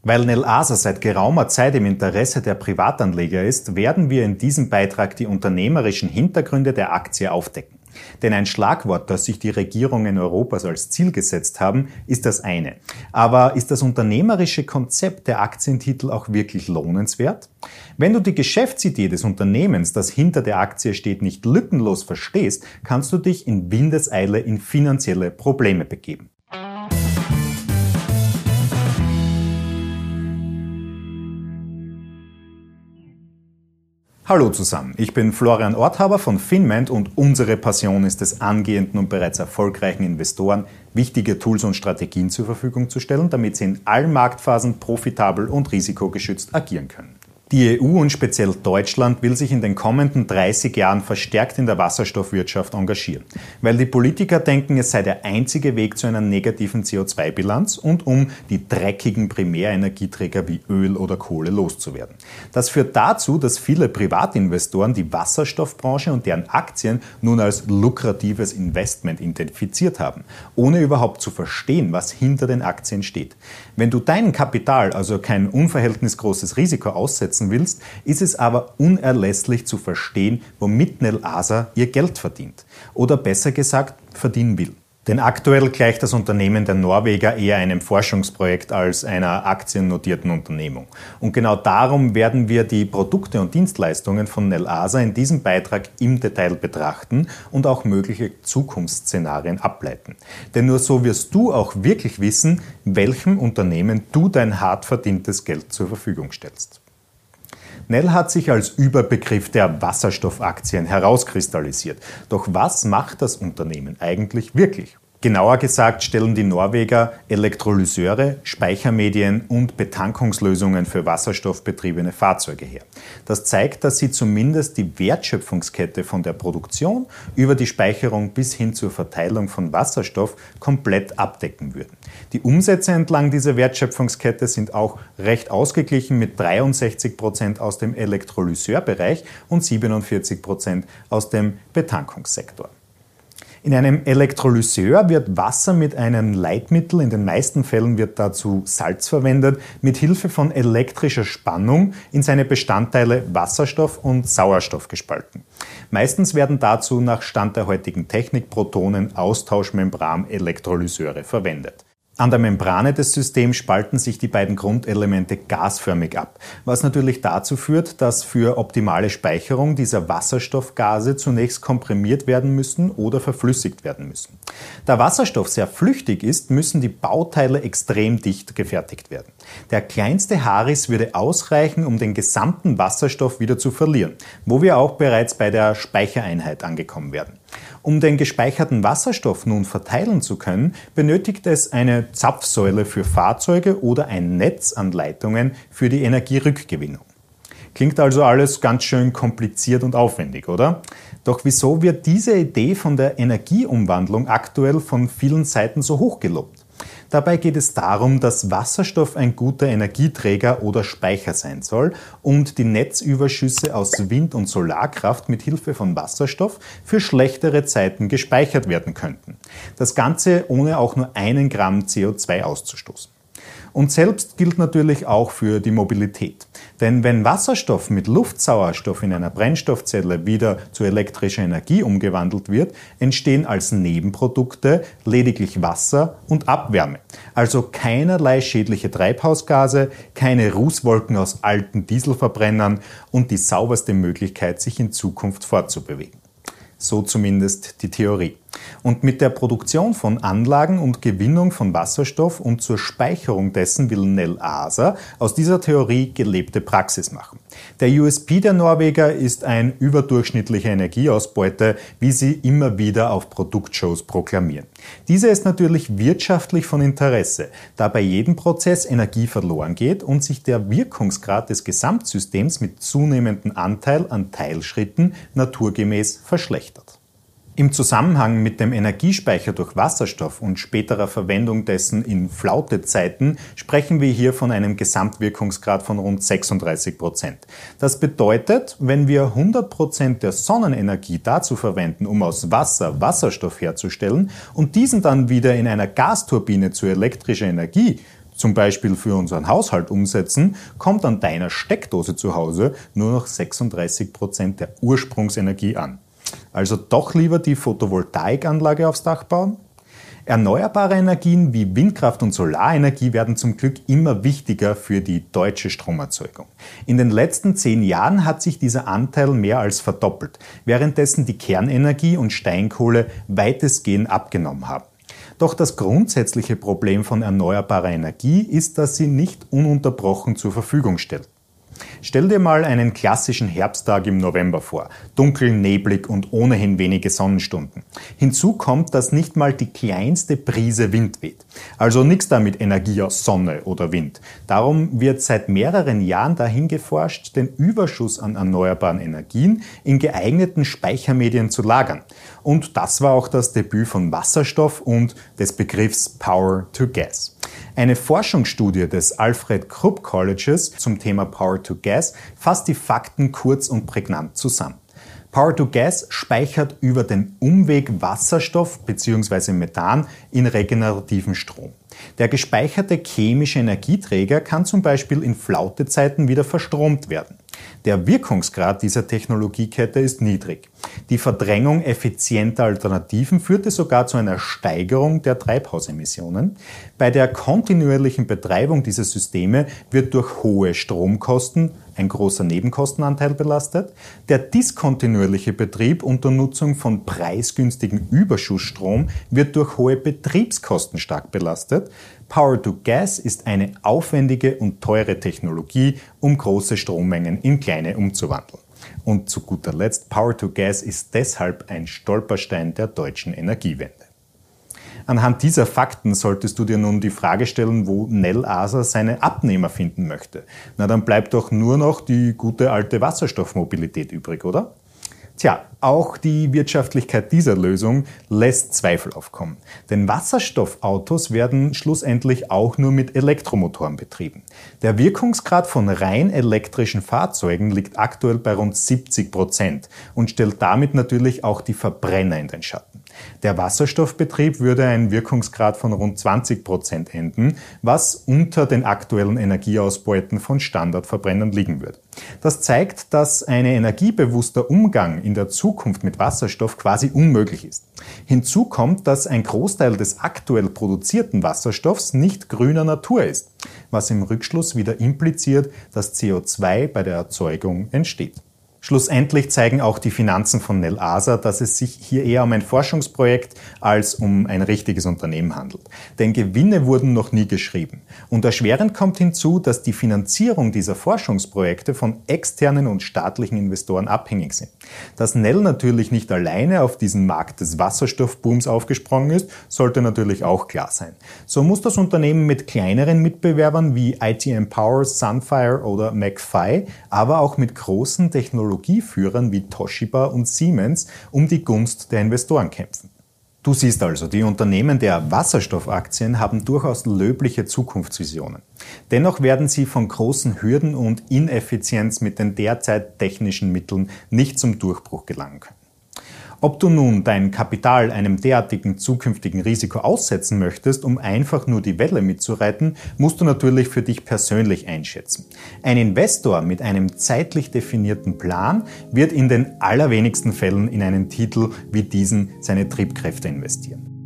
Weil Nel Asa seit geraumer Zeit im Interesse der Privatanleger ist, werden wir in diesem Beitrag die unternehmerischen Hintergründe der Aktie aufdecken. Denn ein Schlagwort, das sich die Regierungen Europas als Ziel gesetzt haben, ist das eine. Aber ist das unternehmerische Konzept der Aktientitel auch wirklich lohnenswert? Wenn du die Geschäftsidee des Unternehmens, das hinter der Aktie steht, nicht lückenlos verstehst, kannst du dich in Windeseile in finanzielle Probleme begeben. Hallo zusammen, ich bin Florian Orthaber von Finment und unsere Passion ist es, angehenden und bereits erfolgreichen Investoren wichtige Tools und Strategien zur Verfügung zu stellen, damit sie in allen Marktphasen profitabel und risikogeschützt agieren können. Die EU und speziell Deutschland will sich in den kommenden 30 Jahren verstärkt in der Wasserstoffwirtschaft engagieren, weil die Politiker denken, es sei der einzige Weg zu einer negativen CO2-Bilanz und um die dreckigen Primärenergieträger wie Öl oder Kohle loszuwerden. Das führt dazu, dass viele Privatinvestoren die Wasserstoffbranche und deren Aktien nun als lukratives Investment identifiziert haben, ohne überhaupt zu verstehen, was hinter den Aktien steht. Wenn du dein Kapital, also kein unverhältnisgroßes Risiko aussetzt, willst, ist es aber unerlässlich zu verstehen, womit Nel Asa ihr Geld verdient. Oder besser gesagt, verdienen will. Denn aktuell gleicht das Unternehmen der Norweger eher einem Forschungsprojekt als einer aktiennotierten Unternehmung. Und genau darum werden wir die Produkte und Dienstleistungen von Nel Asa in diesem Beitrag im Detail betrachten und auch mögliche Zukunftsszenarien ableiten. Denn nur so wirst du auch wirklich wissen, welchem Unternehmen du dein hart verdientes Geld zur Verfügung stellst. Nel hat sich als Überbegriff der Wasserstoffaktien herauskristallisiert. Doch was macht das Unternehmen eigentlich wirklich? Genauer gesagt stellen die Norweger Elektrolyseure, Speichermedien und Betankungslösungen für wasserstoffbetriebene Fahrzeuge her. Das zeigt, dass sie zumindest die Wertschöpfungskette von der Produktion über die Speicherung bis hin zur Verteilung von Wasserstoff komplett abdecken würden. Die Umsätze entlang dieser Wertschöpfungskette sind auch recht ausgeglichen mit 63% aus dem Elektrolyseurbereich und 47% aus dem Betankungssektor. In einem Elektrolyseur wird Wasser mit einem Leitmittel, in den meisten Fällen wird dazu Salz verwendet, mit Hilfe von elektrischer Spannung in seine Bestandteile Wasserstoff und Sauerstoff gespalten. Meistens werden dazu nach Stand der heutigen Technik Protonen-Austauschmembran-Elektrolyseure verwendet. An der Membrane des Systems spalten sich die beiden Grundelemente gasförmig ab, was natürlich dazu führt, dass für optimale Speicherung dieser Wasserstoffgase zunächst komprimiert werden müssen oder verflüssigt werden müssen. Da Wasserstoff sehr flüchtig ist, müssen die Bauteile extrem dicht gefertigt werden. Der kleinste Haarriss würde ausreichen, um den gesamten Wasserstoff wieder zu verlieren, wo wir auch bereits bei der Speichereinheit angekommen werden. Um den gespeicherten Wasserstoff nun verteilen zu können, benötigt es eine Zapfsäule für Fahrzeuge oder ein Netz an Leitungen für die Energierückgewinnung. Klingt also alles ganz schön kompliziert und aufwendig, oder? Doch wieso wird diese Idee von der Energieumwandlung aktuell von vielen Seiten so hochgelobt? Dabei geht es darum, dass Wasserstoff ein guter Energieträger oder Speicher sein soll und die Netzüberschüsse aus Wind- und Solarkraft mit Hilfe von Wasserstoff für schlechtere Zeiten gespeichert werden könnten. Das Ganze ohne auch nur 1 Gramm CO2 auszustoßen. Und selbst gilt natürlich auch für die Mobilität. Denn wenn Wasserstoff mit Luftsauerstoff in einer Brennstoffzelle wieder zu elektrischer Energie umgewandelt wird, entstehen als Nebenprodukte lediglich Wasser und Abwärme. Also keinerlei schädliche Treibhausgase, keine Rußwolken aus alten Dieselverbrennern und die sauberste Möglichkeit, sich in Zukunft fortzubewegen. So zumindest die Theorie. Und mit der Produktion von Anlagen und Gewinnung von Wasserstoff und zur Speicherung dessen will Nel Asa aus dieser Theorie gelebte Praxis machen. Der USP der Norweger ist eine überdurchschnittliche Energieausbeute, wie sie immer wieder auf Produktshows proklamieren. Diese ist natürlich wirtschaftlich von Interesse, da bei jedem Prozess Energie verloren geht und sich der Wirkungsgrad des Gesamtsystems mit zunehmendem Anteil an Teilschritten naturgemäß verschlechtert. Im Zusammenhang mit dem Energiespeicher durch Wasserstoff und späterer Verwendung dessen in Flautezeiten sprechen wir hier von einem Gesamtwirkungsgrad von rund 36%. Das bedeutet, wenn wir 100% der Sonnenenergie dazu verwenden, um aus Wasser Wasserstoff herzustellen und diesen dann wieder in einer Gasturbine zu elektrischer Energie zum Beispiel für unseren Haushalt umsetzen, kommt an deiner Steckdose zu Hause nur noch 36% der Ursprungsenergie an. Also doch lieber die Photovoltaikanlage aufs Dach bauen? Erneuerbare Energien wie Windkraft und Solarenergie werden zum Glück immer wichtiger für die deutsche Stromerzeugung. In den letzten 10 Jahren hat sich dieser Anteil mehr als verdoppelt, währenddessen die Kernenergie und Steinkohle weitestgehend abgenommen haben. Doch das grundsätzliche Problem von erneuerbarer Energie ist, dass sie nicht ununterbrochen zur Verfügung stellt. Stell dir mal einen klassischen Herbsttag im November vor, dunkel, neblig und ohnehin wenige Sonnenstunden. Hinzu kommt, dass nicht mal die kleinste Brise Wind weht. Also nichts da mit Energie aus Sonne oder Wind. Darum wird seit mehreren Jahren dahin geforscht, den Überschuss an erneuerbaren Energien in geeigneten Speichermedien zu lagern. Und das war auch das Debüt von Wasserstoff und des Begriffs Power to Gas. Eine Forschungsstudie des Alfred Krupp Colleges zum Thema Power to Gas fasst die Fakten kurz und prägnant zusammen. Power to Gas speichert über den Umweg Wasserstoff bzw. Methan in regenerativen Strom. Der gespeicherte chemische Energieträger kann zum Beispiel in Flautezeiten wieder verstromt werden. Der Wirkungsgrad dieser Technologiekette ist niedrig. Die Verdrängung effizienter Alternativen führte sogar zu einer Steigerung der Treibhausemissionen. Bei der kontinuierlichen Betreibung dieser Systeme wird durch hohe Stromkosten ein großer Nebenkostenanteil belastet. Der diskontinuierliche Betrieb unter Nutzung von preisgünstigen Überschussstrom wird durch hohe Betriebskosten stark belastet. Power to Gas ist eine aufwendige und teure Technologie, um große Strommengen in kleine umzuwandeln. Und zu guter Letzt, Power to Gas ist deshalb ein Stolperstein der deutschen Energiewende. Anhand dieser Fakten solltest du dir nun die Frage stellen, wo Nel Asa seine Abnehmer finden möchte. Na, dann bleibt doch nur noch die gute alte Wasserstoffmobilität übrig, oder? Tja, auch die Wirtschaftlichkeit dieser Lösung lässt Zweifel aufkommen. Denn Wasserstoffautos werden schlussendlich auch nur mit Elektromotoren betrieben. Der Wirkungsgrad von rein elektrischen Fahrzeugen liegt aktuell bei rund 70% und stellt damit natürlich auch die Verbrenner in den Schatten. Der Wasserstoffbetrieb würde einen Wirkungsgrad von rund 20% enden, was unter den aktuellen Energieausbeuten von Standardverbrennern liegen würde. Das zeigt, dass ein energiebewusster Umgang in der Zukunft mit Wasserstoff quasi unmöglich ist. Hinzu kommt, dass ein Großteil des aktuell produzierten Wasserstoffs nicht grüner Natur ist, was im Rückschluss wieder impliziert, dass CO2 bei der Erzeugung entsteht. Schlussendlich zeigen auch die Finanzen von Nel Asa, dass es sich hier eher um ein Forschungsprojekt als um ein richtiges Unternehmen handelt. Denn Gewinne wurden noch nie geschrieben. Und erschwerend kommt hinzu, dass die Finanzierung dieser Forschungsprojekte von externen und staatlichen Investoren abhängig sind. Dass Nel natürlich nicht alleine auf diesen Markt des Wasserstoffbooms aufgesprungen ist, sollte natürlich auch klar sein. So muss das Unternehmen mit kleineren Mitbewerbern wie ITM Power, Sunfire oder McPhy, aber auch mit großen Technologieführern wie Toshiba und Siemens um die Gunst der Investoren kämpfen. Du siehst also, die Unternehmen der Wasserstoffaktien haben durchaus löbliche Zukunftsvisionen. Dennoch werden sie von großen Hürden und Ineffizienz mit den derzeit technischen Mitteln nicht zum Durchbruch gelangen können. Ob du nun dein Kapital einem derartigen zukünftigen Risiko aussetzen möchtest, um einfach nur die Welle mitzureiten, musst du natürlich für dich persönlich einschätzen. Ein Investor mit einem zeitlich definierten Plan wird in den allerwenigsten Fällen in einen Titel wie diesen seine Triebkräfte investieren.